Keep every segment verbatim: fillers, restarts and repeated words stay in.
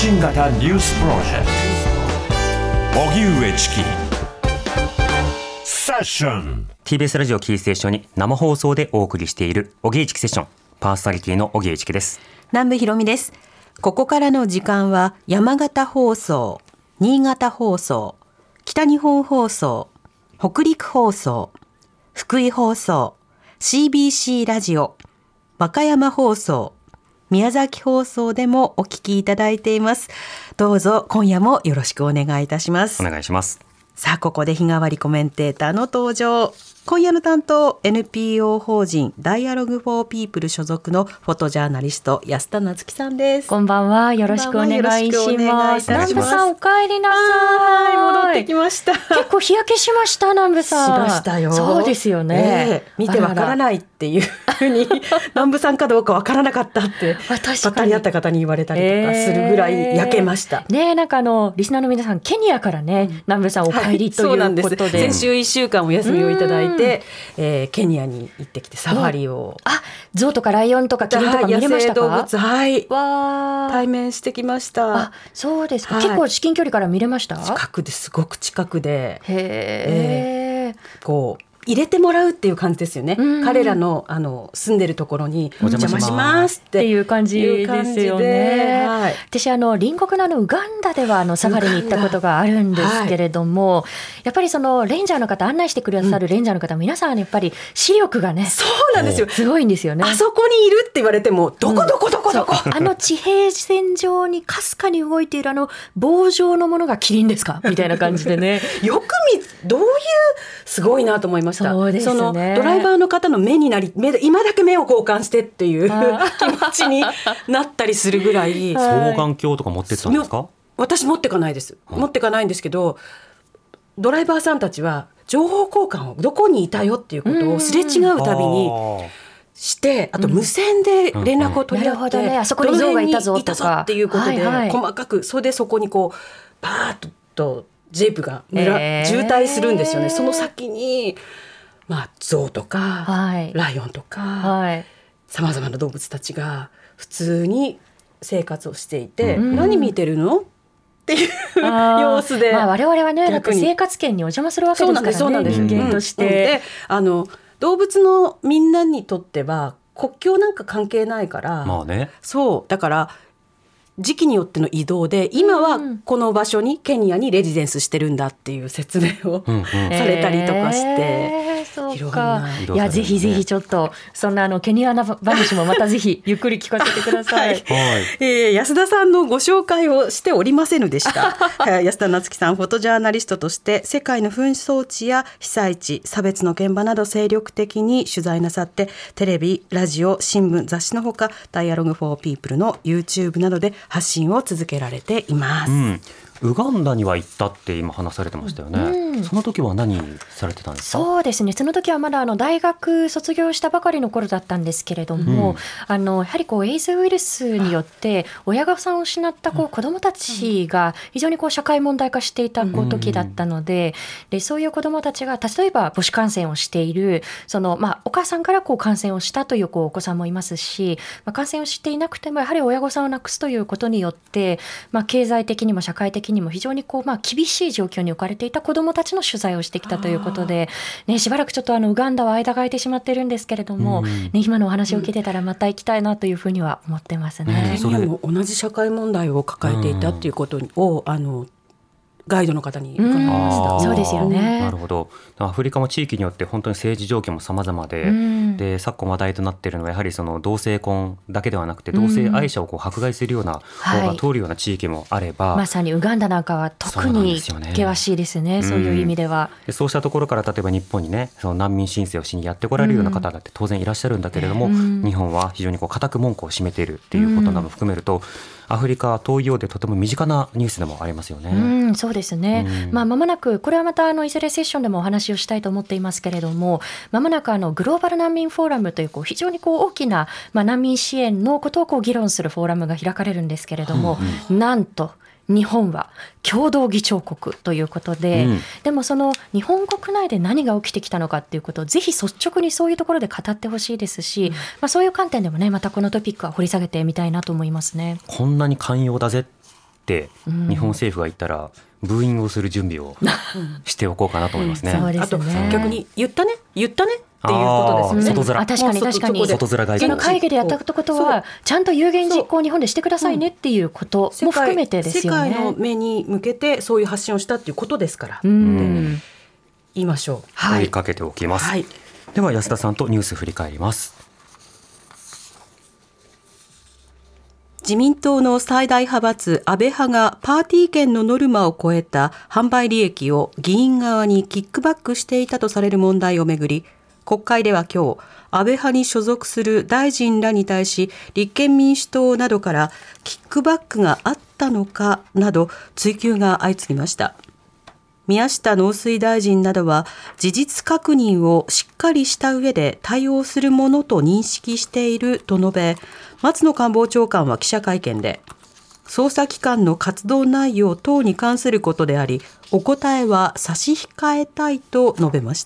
信型ニュースプロジェクト荻上チキセッションティービーエス ラジオキーステーションに生放送でお送りしている荻上チキセッション、パーソナリティの荻上チキです。 南部ひろみです。ここからの時間は山形放送、新潟放送、北日本放送、北陸放送、福井放送、シービーシー ラジオ、和歌山放送、宮崎放送でもお聞きいただいています。どうぞ今夜もよろしくお願いいたします。 お願いします。 さあ、ここで日替わりコメンテーターの登場。今夜の担当 エヌピーオー 法人ダイアログフォーピープル所属のフォトジャーナリスト安田なつきさんです。 こんばんは、よろしくお願いします。南部さんお帰りなさい。 戻ってきました。 結構日焼けしました。南部さんしましたよ。 そうですよね、 えー、見てわからないっていうふうに南部さんかどうかわからなかったってばったり会った方に言われたりとかするぐらい焼けました、 えー、ね、なんかあのリスナーの皆さんケニアからね、うん、南部さんお帰りということで、はい、そうなんです。 先週いっしゅうかんお休みをいただいて、えー、ケニアに行ってきてサファリを、 あ、ゾウとかライオンとかキリンとか見れましたか？ 野生動物、はい、 わ対面してきました。 あ、そうですか、 はい、 結構至近距離から見れました？ 近くですごく近くで、 へー、 えー、こう入れてもらうっていう感じですよね、うん、彼ら の, あの住んでるところにお邪魔しますっていう感じですよね、はい、私あの隣国のあのウガンダではあのサファリに行ったことがあるんですけれども、はい、やっぱりそのレンジャーの方、案内してくださるレンジャーの方、うん、皆さんやっぱり視力がね、 そうなんですよ、 すごいんですよね。 あそこにいるって言われてもどこどこどこどこ、 うん、あの地平線上にかすかに動いているあの棒状のものがキリンですかみたいな感じでねよく見どういうすごいなと思いました。 そうですね、 そのドライバーの方の目になり、目今だけ目を交換してっていう気持ちになったりするぐらい双眼鏡とか持ってったんですか？ 私持ってかないです、持ってかないんですけど、ドライバーさんたちは情報交換をどこにいたよっていうことをすれ違うたびにして、あと無線で連絡を取り合って、うん、なるほどね、 あそこに象がいたぞとかっていうことで、はいはい、細かくそれでそこにこうバーッとジープが、えー、渋滞するんですよね。その先にまあ、象とか、はい、ライオンとかさまざまな動物たちが普通に生活をしていて、うん、何見てるのっていう様子で、 まあ、我々はね、だって生活圏にお邪魔するわけですからね、 そうなんです、 人間として、うんうん、 であの動物のみんなにとっては国境なんか関係ないから、 まあね、 そうだから時期によっての移動で今はこの場所にケニアにレジデンスしてるんだっていう説明を、うんうん、されたりとかして、えー、そうか、いやぜひぜひちょっとそんなあのケニアな話もまたぜひゆっくり聞かせてください、はい、 えー、安田さんのご紹介をしておりませんでした安田なつきさん、フォトジャーナリストとして世界の紛争地や被災地、差別の現場など精力的に取材なさって、テレビ、ラジオ、新聞、雑誌のほかダイアログフォーピープルの YouTube などで発信を続けられています、うん、 ウガンダには行ったって今話されてましたよね、うん、その時は何されてたんですか？ そうですね、その時はまだあの大学卒業したばかりの頃だったんですけれども、うん、あのやはりこうエイズウイルスによって親御さんを失ったこう子どもたちが非常にこう社会問題化していたこう時だったので、でそういう子どもたちが例えば母子感染をしている、その、まあ、お母さんからこう感染をしたという、こうお子さんもいますし、まあ、感染をしていなくてもやはり親御さんを亡くすということによって、まあ、経済的にも社会的にも非常にこう、まあ、厳しい状況に置かれていた子どもたちの取材をしてきたということで、ね、しばらくちょっとあのウガンダは間が空いてしまってるんですけれども、うんね、今のお話を聞いてたらまた行きたいなというふうには思ってますね。 ケニアも同じ社会問題を抱えていたということを、あのガイドの方に伺いました。 そうですよね。 なるほど。アフリカも地域によって本当に政治状況も様々で、うん、で昨今話題となっているのはやはりその同性婚だけではなくて、同性愛者をこう迫害するような法が通るような地域もあれば、 はい、まさにウガンダなんかは特に険しいですね。そういう意味では、 うん、でそうしたところから例えば日本にね、その難民申請をしにやってこられるような方だって当然いらっしゃるんだけれども、うん、日本は非常にこう固く門戸を閉めているっていうことなども含めると、うん、アフリカは遠いようでとても身近なニュースでもありますよね。 うん、そうですね、うん、まあ、間もなくこれはまたあのいずれセッションでもお話をしたいと思っていますけれども、間もなくあのグローバル難民フォーラムという、こう非常にこう大きな、まあ、難民支援のことをこう議論するフォーラムが開かれるんですけれども、うんうん、なんと日本は共同議長国ということで、うん、でもその日本国内で何が起きてきたのかっていうことをぜひ率直にそういうところで語ってほしいですし、うん、まあ、そういう観点でもね、またこのトピックは掘り下げてみたいなと思いますね。 こんなに寛容だぜっって日本政府が言ったらブーイングをする準備をしておこうかなと思いますね。 そうですね。 あと逆に言ったね言ったねっていうことですよね。 外面、 あ確かに確かに外面外交その会議でやったことはちゃんと有言実行を日本でしてくださいねっていうことも含めてですよね。 世界の目に向けてそういう発信をしたっていうことですから、 うん、 言いましょう。 はい、追いかけておきます、はい、では安田さんとニュース振り返ります。 自民党の最大派閥安倍派がパーティー券のノルマを超えた販売利益を議員側にキックバックしていたとされる問題をめぐり、国会では今日安倍派に所属する大臣らに対し立憲民主党などからキックバックがあったのかなど追及が相次ぎました。宮下農水大臣などは事実確認をしっかりした上で対応するものと認識していると述べ、松野官房長官は記者会見で捜査機関の活動内容等に関することでありお答えは差し控えたいと述べました。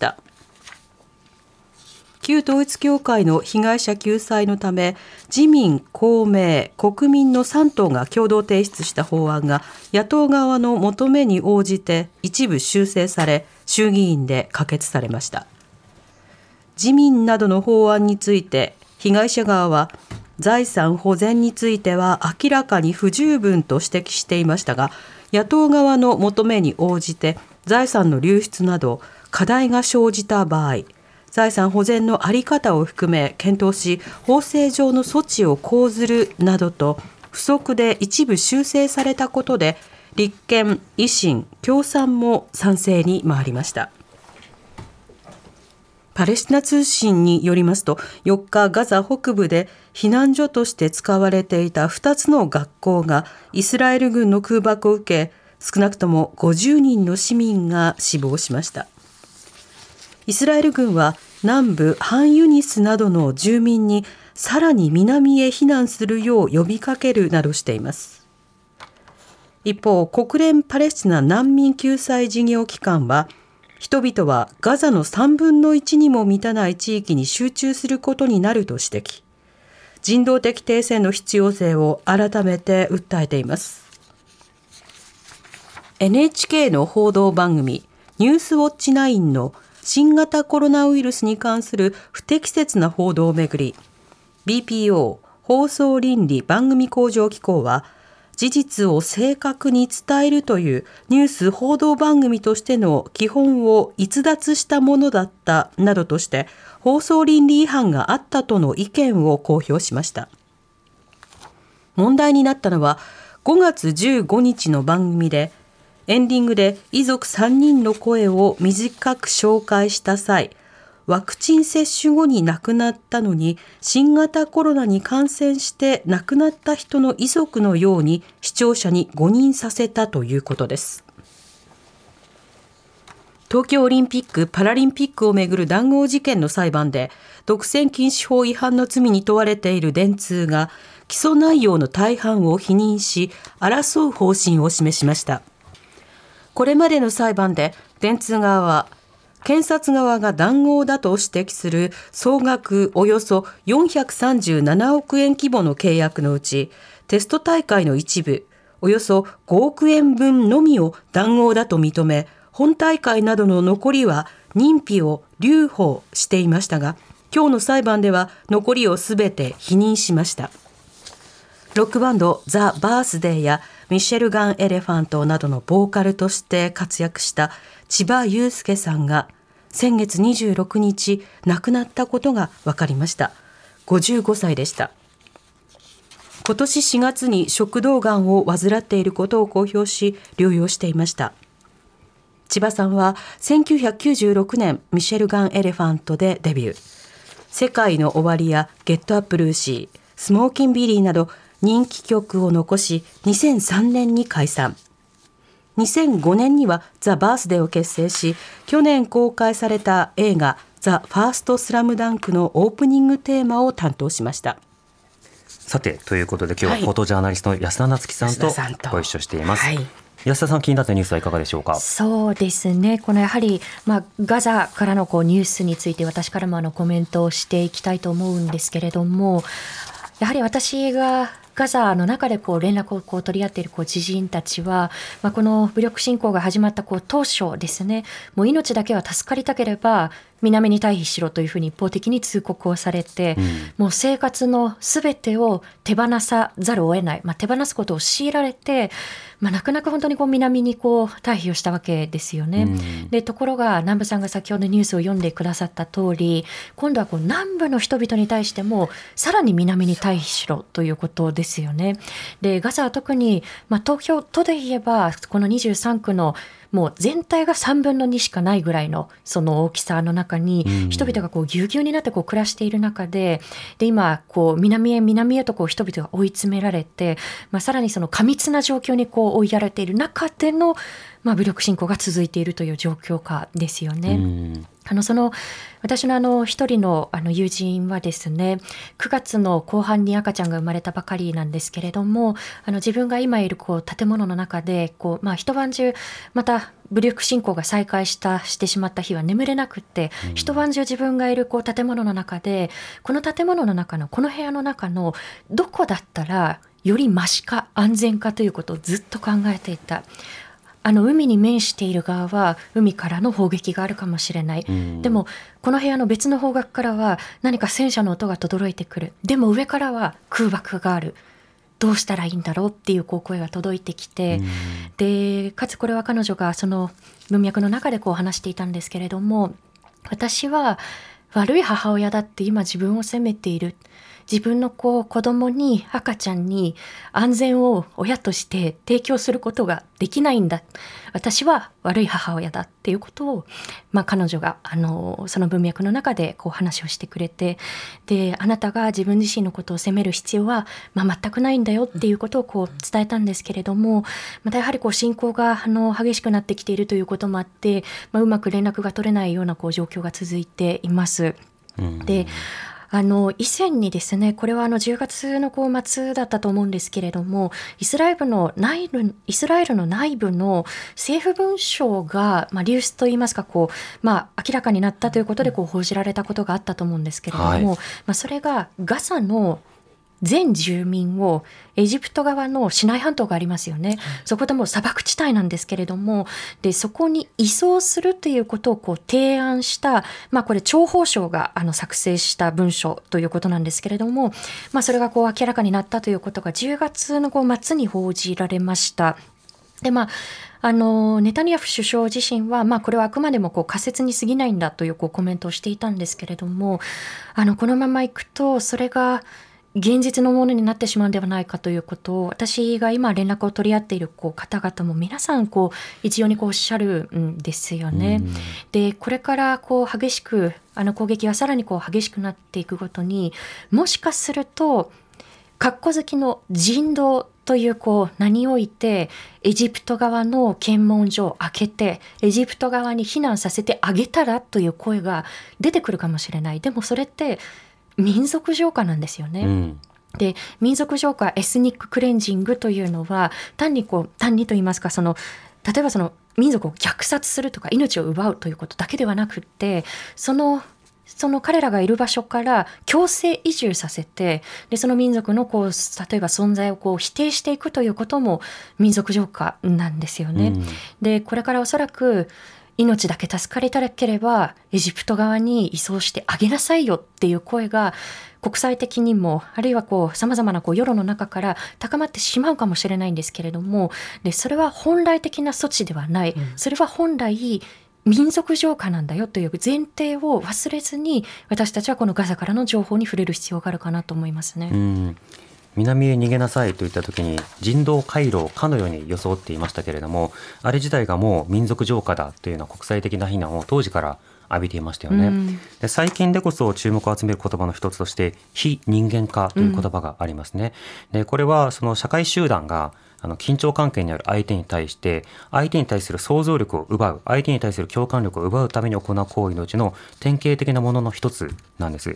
旧統一教会の被害者救済のため自民、公明、国民のさん党が共同提出した法案が野党側の求めに応じて一部修正され衆議院で可決されました。自民などの法案について被害者側は財産保全については明らかに不十分と指摘していましたが、野党側の求めに応じて財産の流出など課題が生じた場合、財産保全の在り方を含め検討し法制上の措置を講ずるなどと付則で一部修正されたことで立憲、維新、共産も賛成に回りました。パレスチナ通信によりますとよっかガザ北部で避難所として使われていたふたつの学校がイスラエル軍の空爆を受け少なくともごじゅうにんの市民が死亡しました。イスラエル軍は南部ハンユニスなどの住民にさらに南へ避難するよう呼びかけるなどしています。一方、国連パレスチナ難民救済事業機関は人々はガザのさんぶんのいちにも満たない地域に集中することになると指摘。人道的停戦の必要性を改めて訴えています。エヌエイチケー の報道番組ニュースウォッチナインの新型コロナウイルスに関する不適切な報道をめぐり ビーピーオー 放送倫理番組向上機構は事実を正確に伝えるというニュース報道番組としての基本を逸脱したものだったなどとして放送倫理違反があったとの意見を公表しました。問題になったのはごがつじゅうごにちの番組でエンディングで遺族さんにんの声を短く紹介した際、ワクチン接種後に亡くなったのに新型コロナに感染して亡くなった人の遺族のように視聴者に誤認させたということです。東京オリンピック・パラリンピックをめぐる談合事件の裁判で独占禁止法違反の罪に問われている電通が起訴内容の大半を否認し争う方針を示しました。これまでの裁判で電通側は検察側が談合だと指摘する総額およそよんひゃくさんじゅうななおくえん規模の契約のうちテスト大会の一部およそごおくえんぶんのみを談合だと認め、本大会などの残りは認否を留保していましたが、今日の裁判では残りをすべて否認しました。ロックバンドザ・バースデーやミシェルガン・エレファントなどのボーカルとして活躍した千葉雄介さんが先月にじゅうろくにち亡くなったことが分かりました。ごじゅうごさいでした。今年しがつに食道がんを患っていることを公表し療養していました。千葉さんはせんきゅうひゃくきゅうじゅうろくねんミシェルガン・エレファントでデビュー。世界の終わりやゲットアップルーシー、スモーキンビリーなど人気曲を残しにせんさんねんに解散。にせんごねんにはザ・バースデーを結成し、去年公開された映画ザ・ファーストスラムダンクのオープニングテーマを担当しました。 さてということで今日はフォトジャーナリストの安田なつきさんとご一緒しています、はい、安田さん気になったニュースはいかがでしょうか。 そうですね、このやはり、まあ、ガザからのこうニュースについて私からもあのコメントをしていきたいと思うんですけれども、やはり私がガザの中でこう連絡をこう取り合っているこう知人たちは、まあ、この武力侵攻が始まったこう当初ですね、もう命だけは助かりたければ南に退避しろというふうに一方的に通告をされて、うん、もう生活のすべてを手放さざるを得ない、まあ、手放すことを強いられて、まあ、なかなか本当にこう南にこう退避をしたわけですよね、うん、でところが南部さんが先ほどニュースを読んでくださった通り、今度はこう南部の人々に対してもさらに南に退避しろということですよね。でガザは特に、まあ、東京都で言えばこのにじゅうさんくのもう全体がさんぶんのにしかないぐらいのその大きさの中に人々がこうぎゅうぎゅうになってこう暮らしている中で、で今こう南へ南へとこう人々が追い詰められて、まあ、さらにその過密な状況にこう追いやられている中での、まあ、武力侵攻が続いているという状況下ですよね。うんあのその私のあの一人のあの友人はですね、くがつの後半に赤ちゃんが生まれたばかりなんですけれども、あの自分が今いるこう建物の中でこう、まあ、一晩中また武力侵攻が再開したしてしまった日は眠れなくって、うん、一晩中自分がいるこう建物の中で、この建物の中のこの部屋の中のどこだったらよりマシか安全かということをずっと考えていた。あの海に面している側は海からの砲撃があるかもしれない、うん、でもこの部屋の別の方角からは何か戦車の音が轟いてくる、でも上からは空爆がある、どうしたらいいんだろうっていうこう声が届いてきて、うん、でかつこれは彼女がその文脈の中でこう話していたんですけれども、私は悪い母親だって今自分を責めている、自分のこう子供に赤ちゃんに安全を親として提供することができないんだ、私は悪い母親だっていうことを、まあ、彼女があのその文脈の中でこう話をしてくれて、であなたが自分自身のことを責める必要は、まあ、全くないんだよっていうことをこう伝えたんですけれども、またやはりこう侵攻があの激しくなってきているということもあって、まあ、うまく連絡が取れないようなこう状況が続いています。うん、であの以前にですね、これはあのじゅうがつのこう末だったと思うんですけれども、イスラエルの内部、イスラエルの内部の政府文書が、まあ、流出といいますかこう、まあ、明らかになったということでこう報じられたことがあったと思うんですけれども、はい、まあ、それがガザの全住民をエジプト側のシナイ半島がありますよね、そこでも砂漠地帯なんですけれども、でそこに移送するということをこう提案した、まあ、これ諜報省があの作成した文書ということなんですけれども、まあ、それがこう明らかになったということがじゅうがつのこう末に報じられました。でまああのネタニヤフ首相自身は、まあ、これはあくまでもこう仮説に過ぎないんだというこうコメントをしていたんですけれども、あのこのままいくとそれが現実のものになってしまうんではないかということを、私が今連絡を取り合っているこう方々も皆さんこう一様にこうおっしゃるんですよね。でこれからこう激しくあの攻撃はさらにこう激しくなっていくごとに、もしかするとカッコ好きの人道というこう名においてエジプト側の検問所を開けてエジプト側に避難させてあげたらという声が出てくるかもしれない。でもそれって民族浄化なんですよね、うん、で民族浄化エスニッククレンジングというのは単にこう単にと言いますか、その例えばその民族を虐殺するとか命を奪うということだけではなくって、そのその彼らがいる場所から強制移住させて、でその民族のこう例えば存在をこう否定していくということも民族浄化なんですよね、うん、でこれからおそらく命だけ助かりたければエジプト側に移送してあげなさいよっていう声が国際的にもあるいはこう様々なこう世論の中から高まってしまうかもしれないんですけれども、でそれは本来的な措置ではない、うん、それは本来民族浄化なんだよという前提を忘れずに、私たちはこのガザからの情報に触れる必要があるかなと思いますね。うん、 南へ逃げなさいといった時に人道回廊かのように装っていましたけれども、あれ自体がもう民族浄化だというような国際的な非難を当時から浴びていましたよね、うん、で最近でこそ注目を集める言葉の一つとして非人間化という言葉がありますね、うん、でこれはその社会集団があの緊張関係にある相手に対して相手に対する想像力を奪う、相手に対する共感力を奪うために行う行為のうちの典型的なものの一つなんです。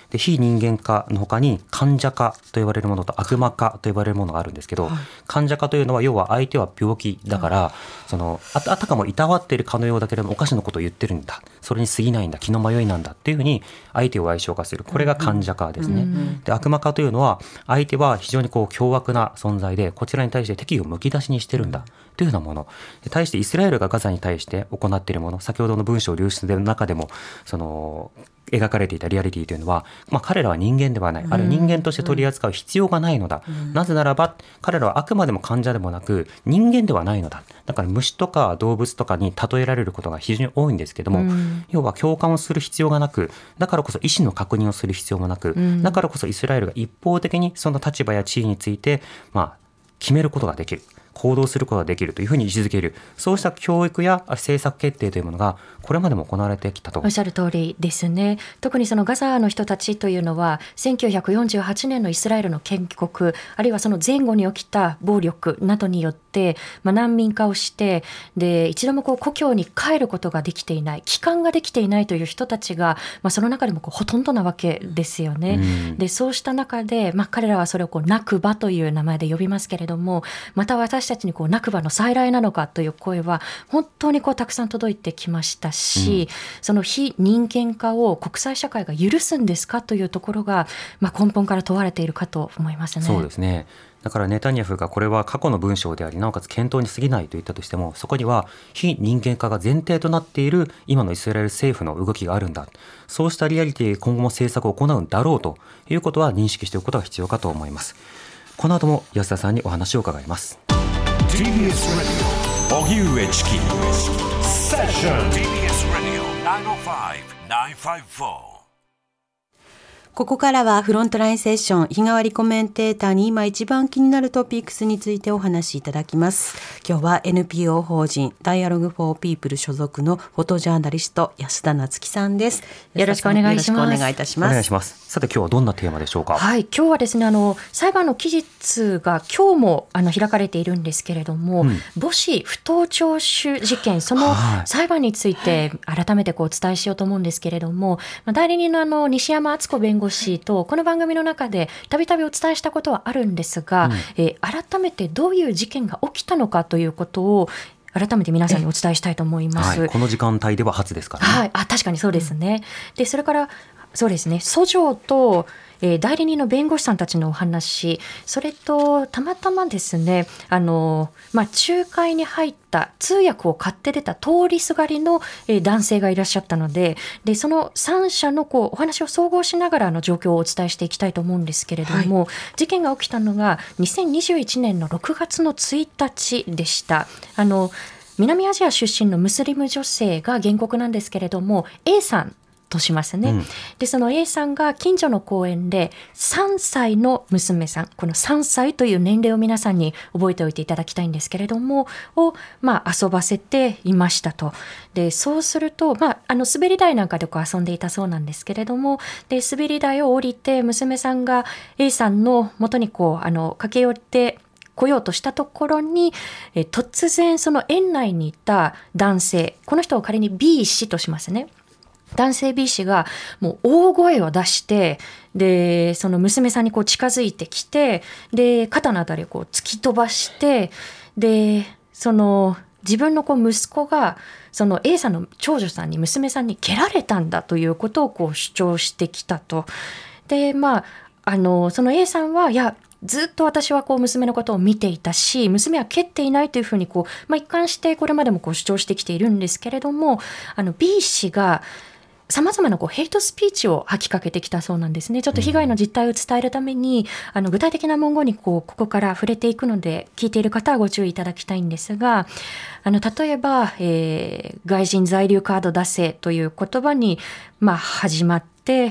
で非人間化の他に患者化と言われるものと悪魔化と言われるものがあるんですけど、はい、患者化というのは要は相手は病気だから、はい、その あ, あたかもいたわっているかのようだけれどもおかしなことを言ってるんだ、それに過ぎないんだ、気の迷いなんだっていうふうに相手を矮小化する、これが患者化ですね、うん、で悪魔化というのは相手は非常にこう凶悪な存在でこちらに対して敵意をむき出しにしてるんだというようなもので、対してイスラエルがガザに対して行っているもの、先ほどの文章流出の中でもその描かれていたリアリティというのは、まあ、彼らは人間ではない、あるいは人間として取り扱う必要がないのだ、うん、なぜならば彼らはあくまでも患者でもなく人間ではないのだ、だから虫とか動物とかに例えられることが非常に多いんですけども、うん、要は共感をする必要がなく、だからこそ意思の確認をする必要もなく、うん、だからこそイスラエルが一方的にその立場や地位について、まあ、決めることができる、行動することができるというふうに位置づける、そうした教育や政策決定というものがこれまでも行われてきたと。 おっしゃる通りですね。特にそのガザの人たちというのはせんきゅうひゃくよんじゅうはちねんのイスラエルの建国、あるいはその前後に起きた暴力などによって、まあ、難民化をして、で一度もこう故郷に帰ることができていない、帰還ができていないという人たちが、まあ、その中でもこうほとんどなわけですよね、うん、でそうした中で、まあ、彼らはそれをこうナクバという名前で呼びますけれども、また私たちにこうナクバの再来なのかという声は本当にこうたくさん届いてきましたし、うん、その非人間化を国際社会が許すんですかというところが、まあ、根本から問われているかと思いますね。 そうですね。だからネタニヤフがこれは過去の文章でありなおかつ検討に過ぎないと言ったとしても、そこには非人間化が前提となっている今のイスラエル政府の動きがあるんだ、そうしたリアリティ今後も政策を行うんだろうということは認識しておくことが必要かと思います。この後も安田さんにお話を伺います。 ティービーエス ラジオ荻上チキセッション ティービーエス ラジオきゅうまるご、きゅうごよん。 ここからはフロントラインセッション、日替わりコメンテーターに今一番気になるトピックスについてお話しいただきます。今日は エヌピーオー 法人ダイアログフォーピープル所属のフォトジャーナリスト安田夏樹さんです。 よろしくお願いします。 よろしくお願いいたします。 お願いします。さて今日はどんなテーマでしょうか。 はい、今日はですね、あの裁判の期日が今日もあの開かれているんですけれども、うん、母子不当聴取事件、その裁判について改めてこうお伝えしようと思うんですけれども、まあ、代理人のあの西山敦子弁護士とこの番組の中でたびたびお伝えしたことはあるんですが、うん、えー、改めてどういう事件が起きたのかということを改めて皆さんにお伝えしたいと思います。 はい、この時間帯では初ですからね。 はい、あ、確かにそうですね。でそれからそうですね、訴状と、えー、代理人の弁護士さんたちのお話、それとたまたまですね、あの、まあ、仲介に入った通訳を買って出た通りすがりの、えー、男性がいらっしゃったので、でそのさん者のこうお話を総合しながらの状況をお伝えしていきたいと思うんですけれども、はい、事件が起きたのがにせんにじゅういちねんのろくがつのついたちでした。あの南アジア出身のムスリム女性が原告なんですけれども、 A さんとしますね、うん、でその A さんが近所の公園でさんさいの娘さん、このさんさいという年齢を皆さんに覚えておいていただきたいんですけれどもを、まあ、遊ばせていましたと。でそうすると、まあ、あの滑り台なんかでこう遊んでいたそうなんですけれども、で滑り台を降りて娘さんが A さんの元にこうあの駆け寄って来ようとしたところに、え突然その園内にいた男性、この人を仮に B 氏としますね。男性 B 氏がもう大声を出して、でその娘さんにこう近づいてきて、で肩のあたりをこう突き飛ばして、でその自分のこう息子がその A さんの長女さんに娘さんに蹴られたんだということをこう主張してきたと。でまああのその A さんはいやずっと私はこう娘のことを見ていたし、娘は蹴っていないというふうにこう、まあ、一貫してこれまでもこう主張してきているんですけれども、あの B 氏がさまざまなこうヘイトスピーチを吐きかけてきたそうなんですね。ちょっと被害の実態を伝えるために、うん、あの具体的な文言にこうここから触れていくので、聞いている方はご注意いただきたいんですが、あの例えば、えー、外人在留カード出せという言葉に、まあ、始まって、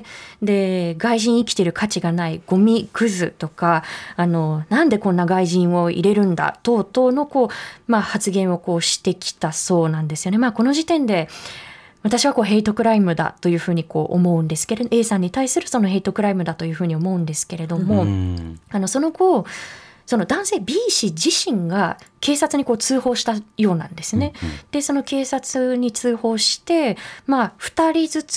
で外人生きてる価値がないゴミクズとか、あのなんでこんな外人を入れるんだ等々のこう、まあ、発言をこうしてきたそうなんですよね。まあ、この時点で私はこうヘイトクライムだというふうにこう思うんですけれど、 A さんに対するそのヘイトクライムだというふうに思うんですけれども、あのその後その男性 B 氏自身が警察にこう通報したようなんですね、うんうん、でその警察に通報して、まあ、ふたりずつ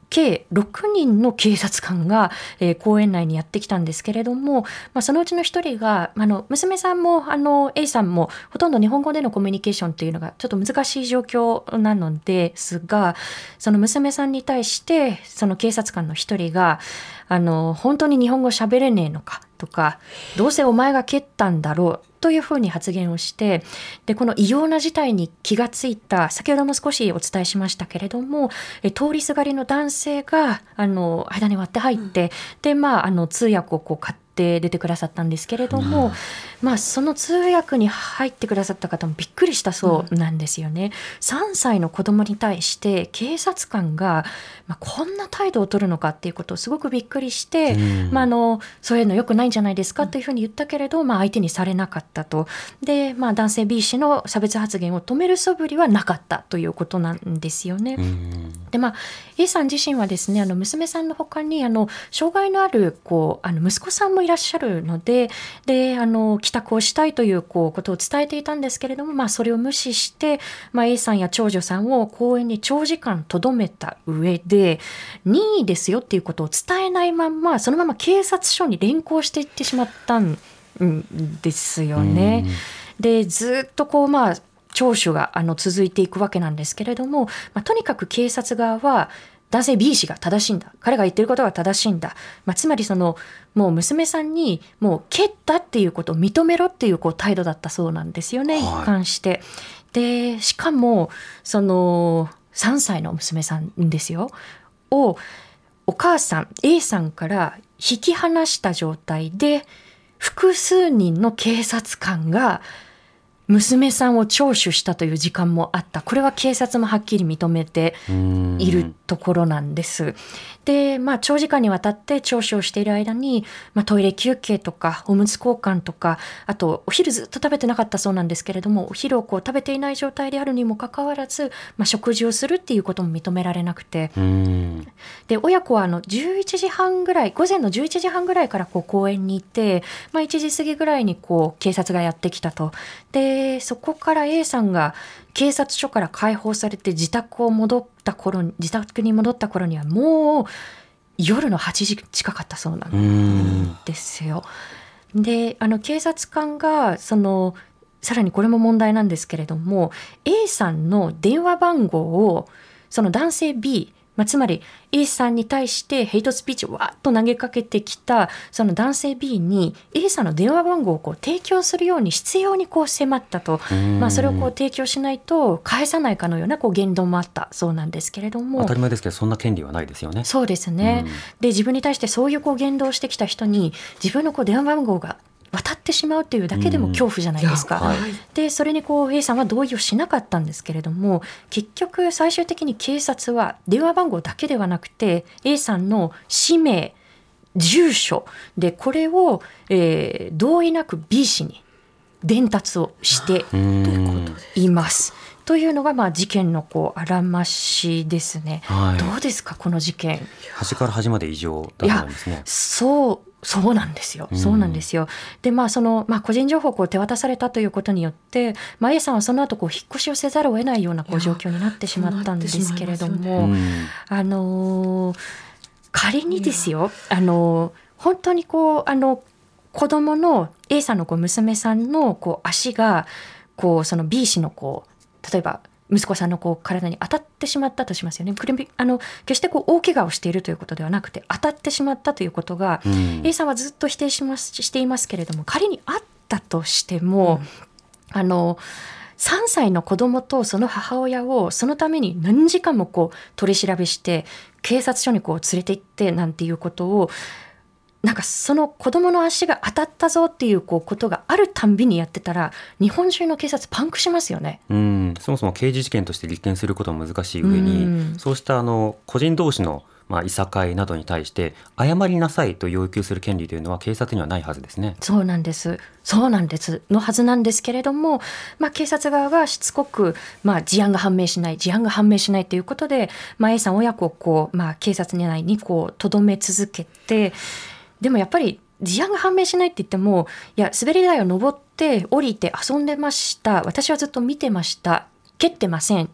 計ろくにんの警察官が、えー、公園内にやってきたんですけれども、まあ、そのうちの一人があの娘さんもあの A さんもほとんど日本語でのコミュニケーションというのがちょっと難しい状況なのですが、その娘さんに対してその警察官の一人があの本当に日本語喋れねえのかとか、どうせお前が蹴ったんだろうというふうに発言をして、でこの異様な事態に気がついた、先ほども少しお伝えしましたけれども、え通りすがりの男性があの間に割って入って、うん、でまああの通訳をこう買って出てくださったんですけれども、うん、まあその通訳に入ってくださった方もびっくりしたそうなんですよね、うん、さんさいの子供に対して警察官が、まあ、こんな態度を取るのかっていうことをすごくびっくりして、うん、まあ、あのそういうの良くないんじゃないですかというふうに言ったけれど、まあ、相手にされなかったと。で、まあ、男性 B 氏の差別発言を止める素振りはなかったということなんですよね。うん、で、まあ、A さん自身はですね、あの娘さんの他にあの障害のあるこうあの息子さんもいらっしゃるので、であの帰宅をしたいというこうことを伝えていたんですけれども、まあ、それを無視して、まあ、A さんや長女さんを公園に長時間留めた上で任意ですよっていうことを伝えないまんまそのまま警察署に連行していってしまったんですよね。でずっとこうまあ聴取があの続いていくわけなんですけれども、まあ、とにかく警察側は男性 B 氏が正しいんだ、彼が言ってることが正しいんだ、まあ、つまりそのもう娘さんにもう蹴ったっていうことを認めろっていうこう態度だったそうなんですよね、一貫して。でしかもそのさんさいの娘さんですよをお母さん A さんから引き離した状態で複数人の警察官が娘さんを聴取したという時間もあった。これは警察もはっきり認めているところなんです。で、まあ、長時間にわたって聴取をしている間に、まあ、トイレ休憩とかおむつ交換とか、あとお昼ずっと食べてなかったそうなんですけれども、お昼をこう食べていない状態であるにもかかわらず、まあ、食事をするっていうことも認められなくて、で親子はあのじゅういちじはんぐらい、午前のじゅういちじはんぐらいからこう公園にいて、まあ、いちじ過ぎぐらいにこう警察がやってきたと。でそこから A さんが警察署から解放されて自宅を戻った頃に自宅に戻った頃にはもう夜のはちじ近かったそうなんですよ。であの警察官がそのさらにこれも問題なんですけれども A さんの電話番号をその男性 B、まあ、つまり A さんに対してヘイトスピーチをわっと投げかけてきたその男性 B に A さんの電話番号をこう提供するように執拗にこう迫ったと、まあ、それをこう提供しないと返さないかのようなこう言動もあったそうなんですけれども、 当たり前ですけどそんな権利はないですよね。 そうですね。で自分に対してそういうこう言動をしてきた人に自分のこう電話番号が渡ってしまうというだけでも恐怖じゃないですか、うんはい、でそれにこう A さんは同意をしなかったんですけれども、結局最終的に警察は電話番号だけではなくて A さんの氏名、住所でこれを、えー、同意なく B 氏に伝達をしています。というのがまあ事件のこうあらましですね、はい、どうですかこの事件。 端から端まで異常だったんですね。いやそうそうなんですよ。そうなんですよ。で、まあそのまあ個人情報をこう手渡されたということによって、まあ A さんはその後こう引っ越しをせざるを得ないようなこう状況になってしまったんですけれども、ね、あのー、仮にですよ、あのー、本当にこうあの子供の A さんのこう娘さんのこう足がこうその B 氏のこう例えば息子さんのこう体に当たってしまったとしますよね。あの決してこう大怪我をしているということではなくて当たってしまったということが、うん、A さんはずっと否定しますしていますけれども、仮にあったとしても、うん、あのさんさいの子供とその母親をそのために何時間もこう取り調べして警察署にこう連れて行ってなんていうことをなんかその子供の足が当たったぞっていうこうことがあるたんびにやってたら日本中の警察パンクしますよね。 うん、そもそも刑事事件として立件することも難しい上に、うん、そうしたあの個人同士のまあいさかいなどに対して謝りなさいと要求する権利というのは警察にはないはずですね。 そうなんですそうなんですのはずなんですけれども、まあ、警察側がしつこく、まあ、事案が判明しない事案が判明しないということで、まあ、A さん親子をこう、まあ、警察内にこう留め続けて、でもやっぱり事案が判明しないって言っても、いや滑り台を登って降りて遊んでました、私はずっと見てました、蹴ってません、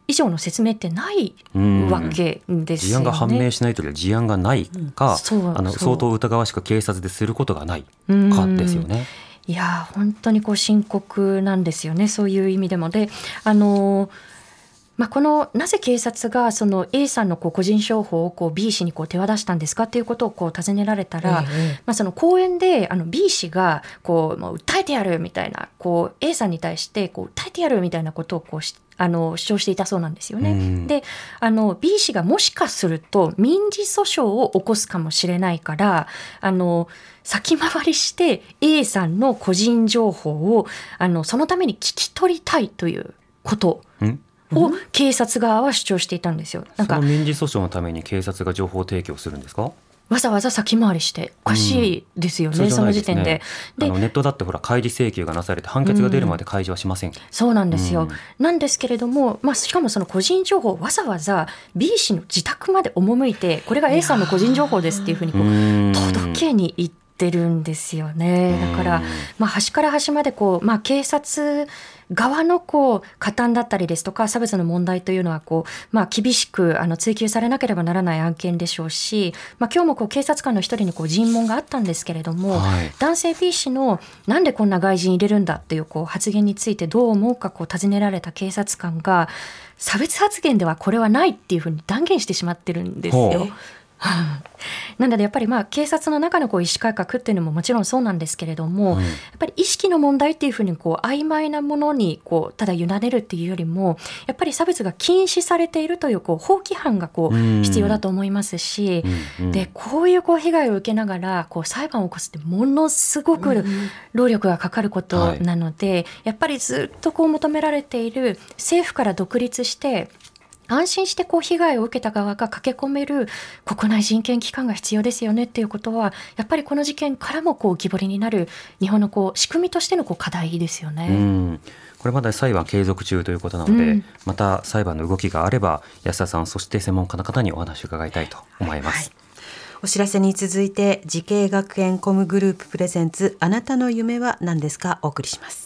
以上の説明ってないわけですよね。 事案が判明しないときは事案がないか、 うん、そうあのそう相当疑わしく警察ですることがないかですよね。 いや本当にこう深刻なんですよね、そういう意味でも。であのまあ、このなぜ警察がその A さんのこう個人情報をこう B 氏にこう手渡したんですかっていうことをこう尋ねられたら、ええまあ、その講演であの B 氏がこうもう訴えてやるみたいなこう A さんに対してこう訴えてやるみたいなことをこうしあの主張していたそうなんですよね。うん、であの B 氏がもしかすると民事訴訟を起こすかもしれないからあの先回りして A さんの個人情報をあのそのために聞き取りたいということを警察側は主張していたんですよ。なんかその民事訴訟のために警察が情報提供するんですか？ わざわざ先回りしておかしいですよね、うん、その時点で。 であのネットだってほら開示請求がなされて判決が出るまで開示はしません、うん、 そうなんですよ、うん、なんですけれども、まあ、しかもその個人情報をわざわざ B 氏の自宅まで赴いてこれが A さんの個人情報ですっていうふうにこう届けに行ってるんですよね。だから、まあ、端から端までこう、まあ、警察側のこう加担だったりですとか差別の問題というのはこう、まあ、厳しくあの追及されなければならない案件でしょうし、まあ、今日もこう警察官の一人にこう尋問があったんですけれども、はい、男性 B 氏のなんでこんな外人入れるんだっていうこう発言についてどう思うかこう尋ねられた警察官が差別発言ではこれはないっていうふうに断言してしまってるんですよ。なのでやっぱりまあ警察の中のこう意識改革っていうのももちろんそうなんですけれども、うん、やっぱり意識の問題っていうふうにこう曖昧なものにこうただ委ねるっていうよりもやっぱり差別が禁止されているというこう法規範がこう必要だと思いますし、うんうん、でこういうこう被害を受けながらこう裁判を起こすってものすごく労力がかかることなので、はい、やっぱりずっとこう求められている政府から独立して安心してこう被害を受けた側が駆け込める国内人権機関が必要ですよねっていうことはやっぱりこの事件からもこう浮き彫りになる日本のこう仕組みとしてのこう課題ですよね。うん、 これまだ裁判継続中ということなので、うん、また裁判の動きがあれば安田さんそして専門家の方にお話を伺いたいと思います、はい、 お知らせに続いて慈恵学園コムグループプレゼンツあなたの夢は何ですかお送りします。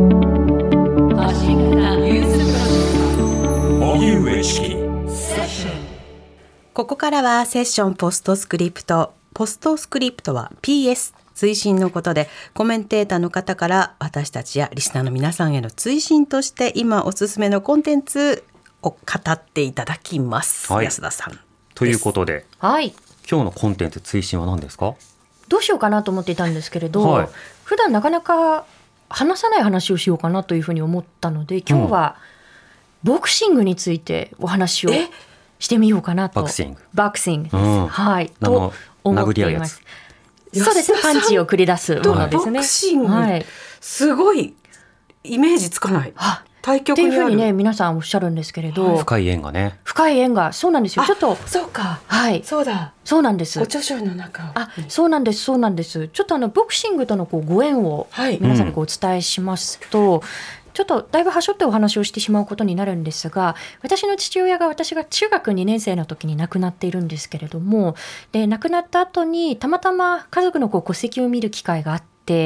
ここからはセッションポストスクリプト。ポストスクリプトは ピーエス 追伸のことでコメンテーターの方から私たちやリスナーの皆さんへの追伸として今おすすめのコンテンツを語っていただきます、はい、安田さんということで、 はい、 今日のコンテンツ追伸は何ですか？ どうしようかなと思っていたんですけれど、はい、普段なかなか話さない話をしようかなというふうに思ったので今日はボクシングについてお話をしてみようかなと。 ボクシングボクシングです、うん、はいと思っています。 やそうです、パンチを繰り出すものですね。 ボクシング、はい、すごいイメージつかない。対局にあるっていうふうにね皆さんおっしゃるんですけれど、はい、 深い縁がね深い縁がそうなんですよ。ちょっとそうか、 はい、 そうだそうなんです。 ご著書の中あそうなんですそうなんですちょっとあのボクシングとのこうご縁を皆さんにこうお伝えしますと、はい、ちょっとだいぶはしょってお話をしてしまうことになるんですが、私の父親が私が中学にねん生の時に亡くなっているんですけれども、で亡くなった後にたまたま家族のこう戸籍を見る機会があって、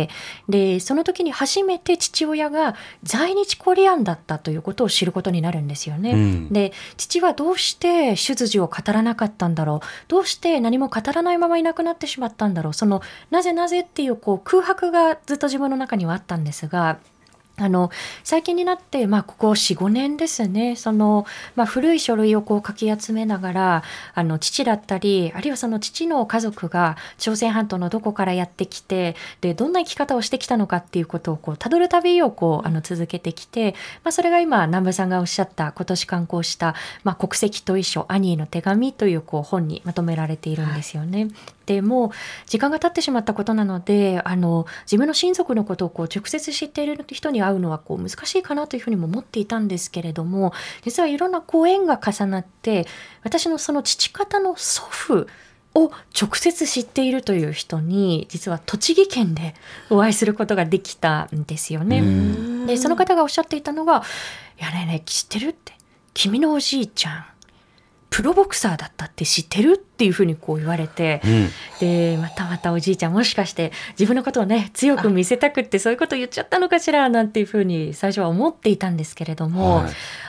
でその時に初めて父親が在日コリアンだったということを知ることになるんですよね、うん、で父はどうして出自を語らなかったんだろう、どうして何も語らないままいなくなってしまったんだろう、そのなぜなぜっていう、こう空白がずっと自分の中にはあったんですが、あの最近になって、まあ、ここ よん、ごねんですね、その、まあ、古い書類をこうかき集めながら、あの父だったりあるいはその父の家族が朝鮮半島のどこからやってきて、でどんな生き方をしてきたのかっていうことをこうたどる旅をこうあの続けてきて、まあ、それが今南部さんがおっしゃった今年刊行した、まあ、国籍と遺書アニーの手紙という、こう本にまとめられているんですよね、はい、でもう時間が経ってしまったことなので、あの自分の親族のことをこう直接知っている人に会うのはこう難しいかなというふうにも思っていたんですけれども、実はいろんなご縁が重なって、私のその父方の祖父を直接知っているという人に実は栃木県でお会いすることができたんですよね。でその方がおっしゃっていたのが、いやねえねえ知ってるって、君のおじいちゃんプロボクサーだったって知ってるっていうふうにこう言われて、うん、でまたまたおじいちゃんもしかして自分のことをね強く見せたくってそういうこと言っちゃったのかしらなんていうふうに最初は思っていたんですけれども、はい、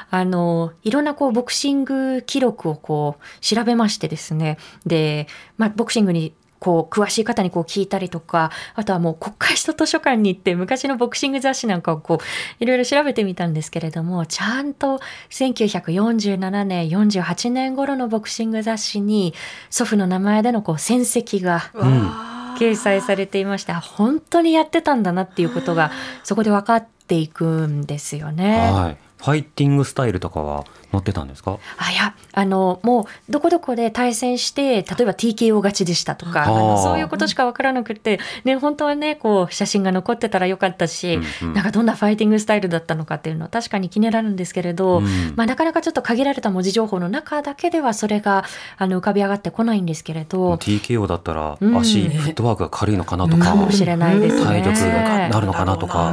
あのいろんなこうボクシング記録をこう調べましてですね、で、まあ、ボクシングにこう詳しい方にこう聞いたりとか、あとはもう国会図書館に行って昔のボクシング雑誌なんかをこういろいろ調べてみたんですけれども、ちゃんとせんきゅうひゃくよんじゅうななねんよんじゅうはちねん頃のボクシング雑誌に祖父の名前でのこう戦績が掲載されていまして、本当にやってたんだなっていうことがそこで分かっていくんですよね。 はい、ファイティングスタイルとかは載ってたんですか？ あ、いや、あのもうどこどこで対戦して例えば ティーケーオー 勝ちでしたとか、あのそういうことしか分からなくて、ね、本当はねこう写真が残ってたらよかったし、うんうん、なんかどんなファイティングスタイルだったのかっていうのは確かに気になるんですけれど、うん、まあ、なかなかちょっと限られた文字情報の中だけではそれがあの浮かび上がってこないんですけれど、 ティーケーオー だったら足、うん、フットワークが軽いのかなとか、 かもしれないですね、 体力がなるのかなとか、うん、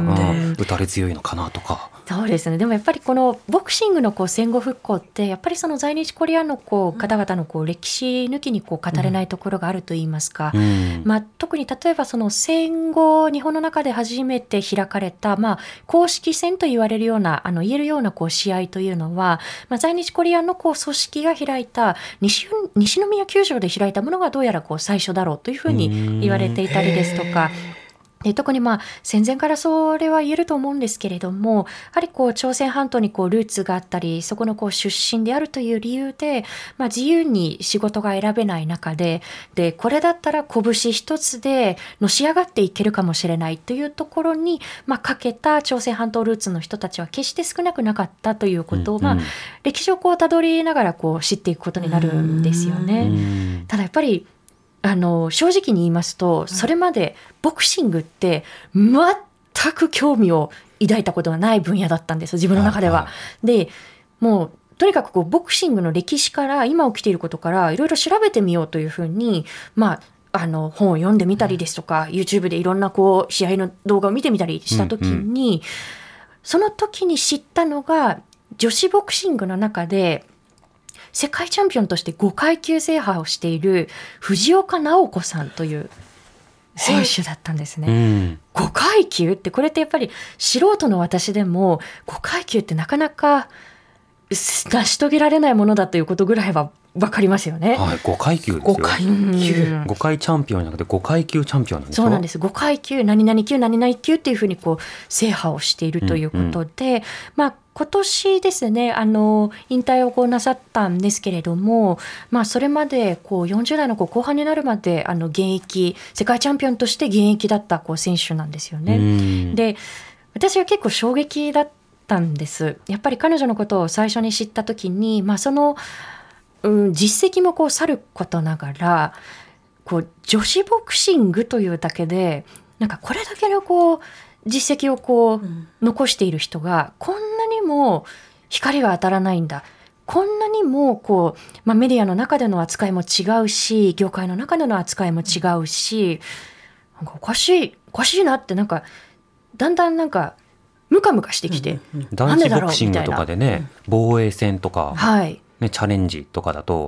打たれ強いのかなとか。 そうですね。でもやっぱりこのボクシングのこう戦後復興ってやっぱりその在日コリアンのこう方々のこう歴史抜きにこう語れないところがあるといいますか、うん、まあ、特に例えばその戦後日本の中で初めて開かれた、まあ、公式戦と言われるようなあの言えるようなこう試合というのは、まあ、在日コリアンのこう組織が開いた 西, 西宮球場で開いたものがどうやらこう最初だろうというふうに言われていたりですとか、で特にまあ戦前からそれは言えると思うんですけれども、やはりこう朝鮮半島にこうルーツがあったり、そこのこう出身であるという理由で、まあ、自由に仕事が選べない中で、でこれだったら拳一つでのし上がっていけるかもしれないというところに、まあ、かけた朝鮮半島ルーツの人たちは決して少なくなかったということを、まあ、歴史をこうたどりながらこう知っていくことになるんですよね。ただやっぱりあの正直に言いますと、それまでボクシングって全く興味を抱いたことがない分野だったんです、自分の中では。はいはい、でもうとにかくこうボクシングの歴史から今起きていることからいろいろ調べてみようというふうに、まあ、あの本を読んでみたりですとか、うん、YouTube でいろんなこう試合の動画を見てみたりした時に、うんうん、その時に知ったのが女子ボクシングの中で世界チャンピオンとしてごかいきゅう制覇をしている藤岡直子さんという選手だったんですね。はい、うん、ごかいきゅうってこれってやっぱり素人の私でもごかいきゅうってなかなか成し遂げられないものだということぐらいは分かりますよね。 はい、ごかいきゅうですよ。ごかいきゅう、ごかいチャンピオンじゃなくてごかいきゅうチャンピオンなんですよ。 そうなんです。ごかいきゅう何々級何々級っていうふうにこう制覇をしているということで、うんうん、まあ今年ですね、あの引退をこうなさったんですけれども、まあ、それまでこうよんじゅう代のこう後半になるまであの現役世界チャンピオンとして現役だったこう選手なんですよね。で私は結構衝撃だったんです。やっぱり彼女のことを最初に知った時に、まあ、その、うん、実績もこうさることながらこう女子ボクシングというだけでなんかこれだけのこう実績をこう残している人がこんなにも光が当たらないんだ、こんなにもこう、まあ、メディアの中での扱いも違うし業界の中での扱いも違うし、なんかおかしいおかしいなってなんかだんだんなんかムカムカしてきて、 うんうん、男子ボクシングとかでね、防衛戦とか、 はいね、チャレンジとかだと、 うん、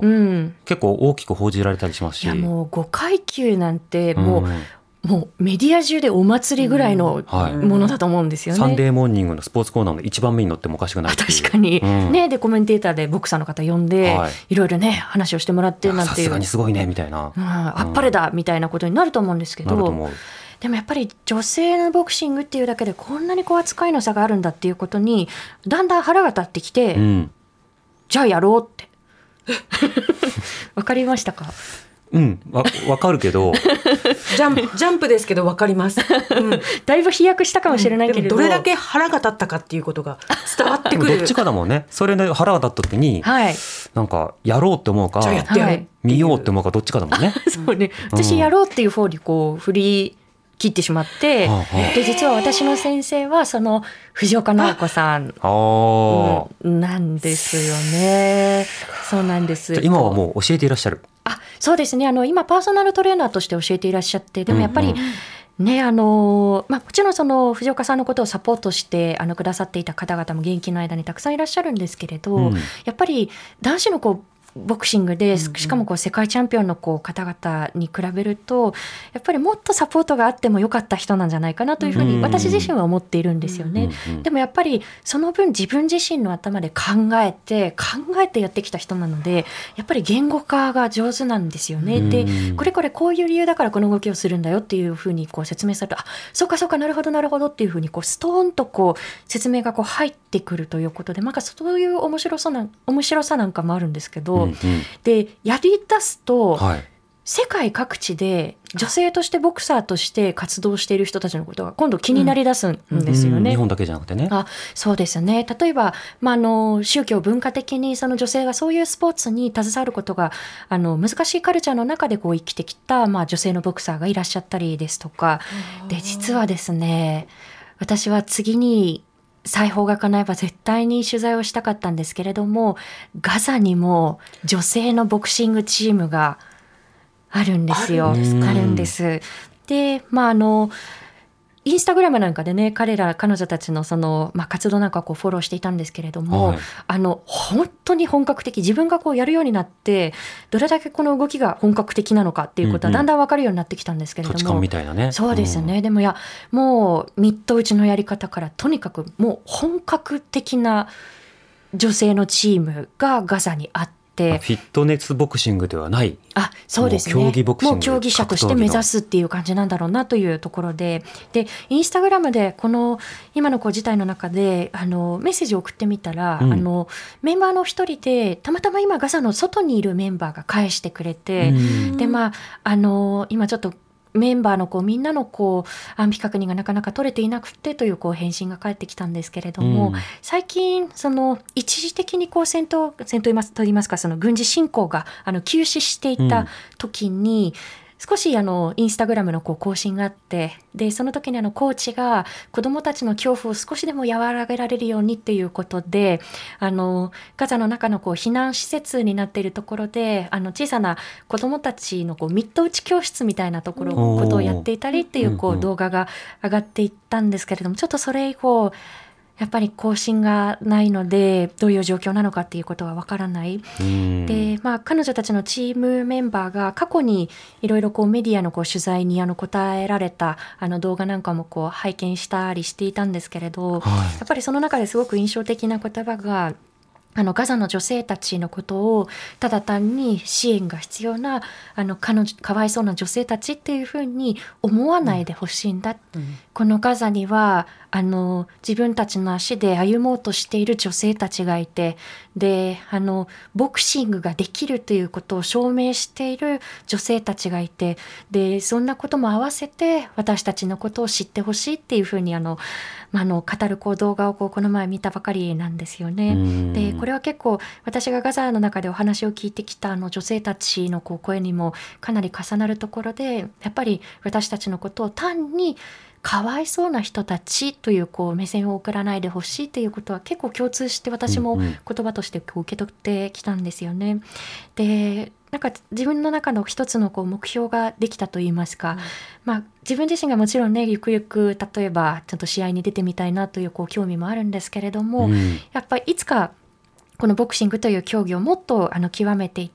結構大きく報じられたりしますし、 いやもうごかいきゅうなんてもう、うんもうメディア中でお祭りぐらいのものだと思うんですよね。 サンデーモーニングのスポーツコーナーの一番目に載ってもおかしくないっていう。 確かに、うんね、でコメンテーターでボクサーの方呼んで、はい、いろいろね話をしてもらってなんていう、 さすがにすごいねみたいな、 うん、あっぱれだみたいなことになると思うんですけど、でもやっぱり女性のボクシングっていうだけでこんなにこう扱いの差があるんだっていうことにだんだん腹が立ってきて、うん、じゃあやろうってわかりましたか？ うん、わ分かるけどジャンプ、ジャンプですけど分かります、うん、 だいぶ飛躍したかもしれないけれど、 うん、でもどれだけ腹が立ったかっていうことが伝わってくるどっちかだもんね。それで腹が立った時に、はい、なんかやろうって思うかじゃあやってやる、はい、 見ようって思うかどっちかだもんねそうね、私やろうっていう方にこう振り切ってしまって、うん、で実は私の先生はその藤岡直子さん、うん、なんですよね。そうなんです。 じゃ今はもう教えていらっしゃる？ あ、そうですね。あの今パーソナルトレーナーとして教えていらっしゃって、でもやっぱり、うんうんね、あのまあ、もちろんその藤岡さんのことをサポートしてあのくださっていた方々も現役の間にたくさんいらっしゃるんですけれど、うん、やっぱり男子のこうボクシングで、しかもこう世界チャンピオンのこう方々に比べるとやっぱりもっとサポートがあってもよかった人なんじゃないかなというふうに私自身は思っているんですよね。でもやっぱりその分自分自身の頭で考えて考えてやってきた人なのでやっぱり言語化が上手なんですよね。でこれこれこういう理由だからこの動きをするんだよっていうふうにこう説明されると、あ、そうかそうかなるほどなるほどっていうふうにこうストーンとこう説明がこう入ってくるということで、なんかそういう面白さな面白さなんかもあるんですけど、うんうん、でやり出すと、はい、世界各地で女性としてボクサーとして活動している人たちのことが今度気になり出すんですよね、うんうん、 日本だけじゃなくてね。 あ、そうですね。例えば、まあ、あの宗教文化的にその女性がそういうスポーツに携わることがあの難しいカルチャーの中でこう生きてきた、まあ、女性のボクサーがいらっしゃったりですとかで、実はですね、私は次に裁縫が叶えば絶対に取材をしたかったんですけれども、ガザにも女性のボクシングチームがあるんですよ。あるんですか？あるんです。で、まああのインスタグラムなんかでね、彼ら彼女たちのその、まあ、活動なんかをこうフォローしていたんですけれども、はい、あの本当に本格的、自分がこうやるようになってどれだけこの動きが本格的なのかっていうことはだんだん分かるようになってきたんですけれども、 土地勘みたいなね。 そうですね、うん、でもいやもうミット打ちのやり方からとにかくもう本格的な女性のチームがガザにあって、フィットネスボクシングではない、 あ、そうですね、 もう競技ボクシング、 もう競技者として目指すっていう感じなんだろうなというところで、でインスタグラムでこの今のこう事態の中であのメッセージを送ってみたら、うん、あのメンバーの一人でたまたま今ガザの外にいるメンバーが返してくれて、うん、でまああの今ちょっとメンバーのこうみんなのこう安否確認がなかなか取れていなくてというこう返信が返ってきたんですけれども、うん、最近その一時的にこう戦闘戦闘といいますと言いますか、その軍事侵攻があの休止していた時に、うん、少しあのインスタグラムのこう更新があって、でその時にあのコーチが子どもたちの恐怖を少しでも和らげられるようにっていうことで、あのガザの中のこう避難施設になっているところであの小さな子どもたちのこうミット打ち教室みたいなところことをやっていたりっていうこう動画が上がっていったんですけれども、ちょっとそれ以降やっぱり更新がないのでどういう状況なのかっていうことはわからない。で、まあ、彼女たちのチームメンバーが過去にいろいろこうメディアのこう取材にあの答えられたあの動画なんかもこう拝見したりしていたんですけれど、はい、やっぱりその中ですごく印象的な言葉が、あのガザの女性たちのことをただ単に支援が必要なあの彼女かわいそうな女性たちっていうふうに思わないでほしいんだ、うんうん、このガザにはあの自分たちの足で歩もうとしている女性たちがいて、であのボクシングができるということを証明している女性たちがいて、でそんなことも合わせて私たちのことを知ってほしいっていうふうにあの、まあ、あの語るこう動画をこうこの前見たばかりなんですよね。でこれは結構私がガザの中でお話を聞いてきたあの女性たちのこう声にもかなり重なるところで、やっぱり私たちのことを単にかわいそうな人たちというこう目線を送らないでほしいということは結構共通して私も言葉としてこう受け取ってきたんですよね。うんうん、でなんか自分の中の一つのこう目標ができたといいますか、うん、まあ、自分自身がもちろんねゆくゆく例えばちょっと試合に出てみたいなというこう興味もあるんですけれども、うん、やっぱりいつかこのボクシングという競技をもっとあの極めていって、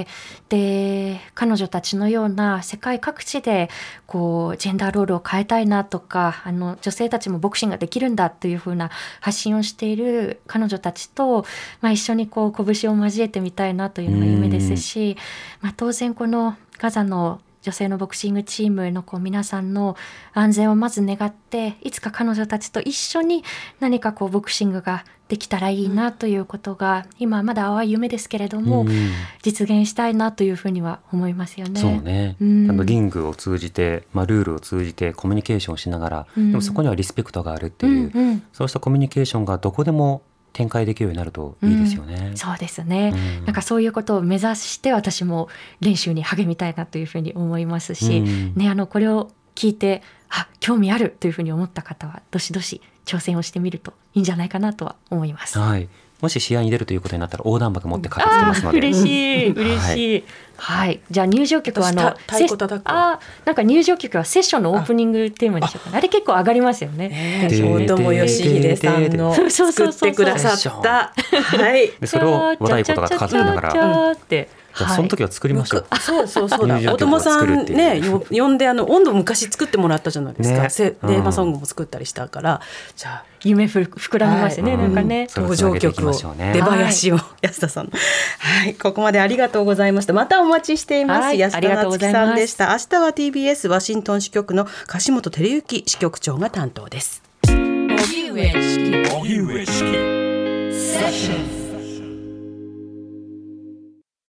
で彼女たちのような世界各地でこうジェンダーロールを変えたいなとか、あの女性たちもボクシングができるんだというふうな発信をしている彼女たちと、まあ、一緒にこう拳を交えてみたいなというのが夢ですし、まあ、当然このガザの女性のボクシングチームのこう皆さんの安全をまず願って、いつか彼女たちと一緒に何かこうボクシングができたらいいなということが、今まだ淡い夢ですけれども、うん、実現したいなというふうには思いますよね。 そうね、うん、リングを通じて、まあ、ルールを通じてコミュニケーションしながら、うん、でもそこにはリスペクトがあるっていう、うんうん、そうしたコミュニケーションがどこでも展開できるようになるといいですよね。 うん、そうですね、うん、なんかそういうことを目指して私も練習に励みたいなというふうに思いますし、うんね、あのこれを聞いてあ興味あるというふうに思った方はどしどし挑戦をしてみるといいんじゃないかなとは思います。 はい、 もし試合に出るということになったら横断幕持って駆けつけますので。 嬉しい嬉しい、はいはい、じゃあ入場曲はあの太鼓叩く。 あなんか入場曲はセッションのオープニングテーマにしようかな。 あ, あれ結構上がりますよね。 ね大友義秀さんの作ってくださったはいでそれを和太鼓とか担ぎながらってじゃあその時は作りましょう。 そうそうそうだ。 入場大友曲を作さんるっていうねよ呼んであの温度昔作ってもらったじゃないですか。 ねせテーマうんソングも作ったりしたから、じゃあ夢ふ膨らみますね、 はいなんかね、 それを登場つなげていき曲をましょうね。 出囃子を安田さんのはいここまでありがとうございました。またお待ちしています。 はい安田ありがとうご夏樹ざいますさんでした。明日は ティービーエス ワシントン支局の樫本照之支局長が担当です。 荻上チキセッション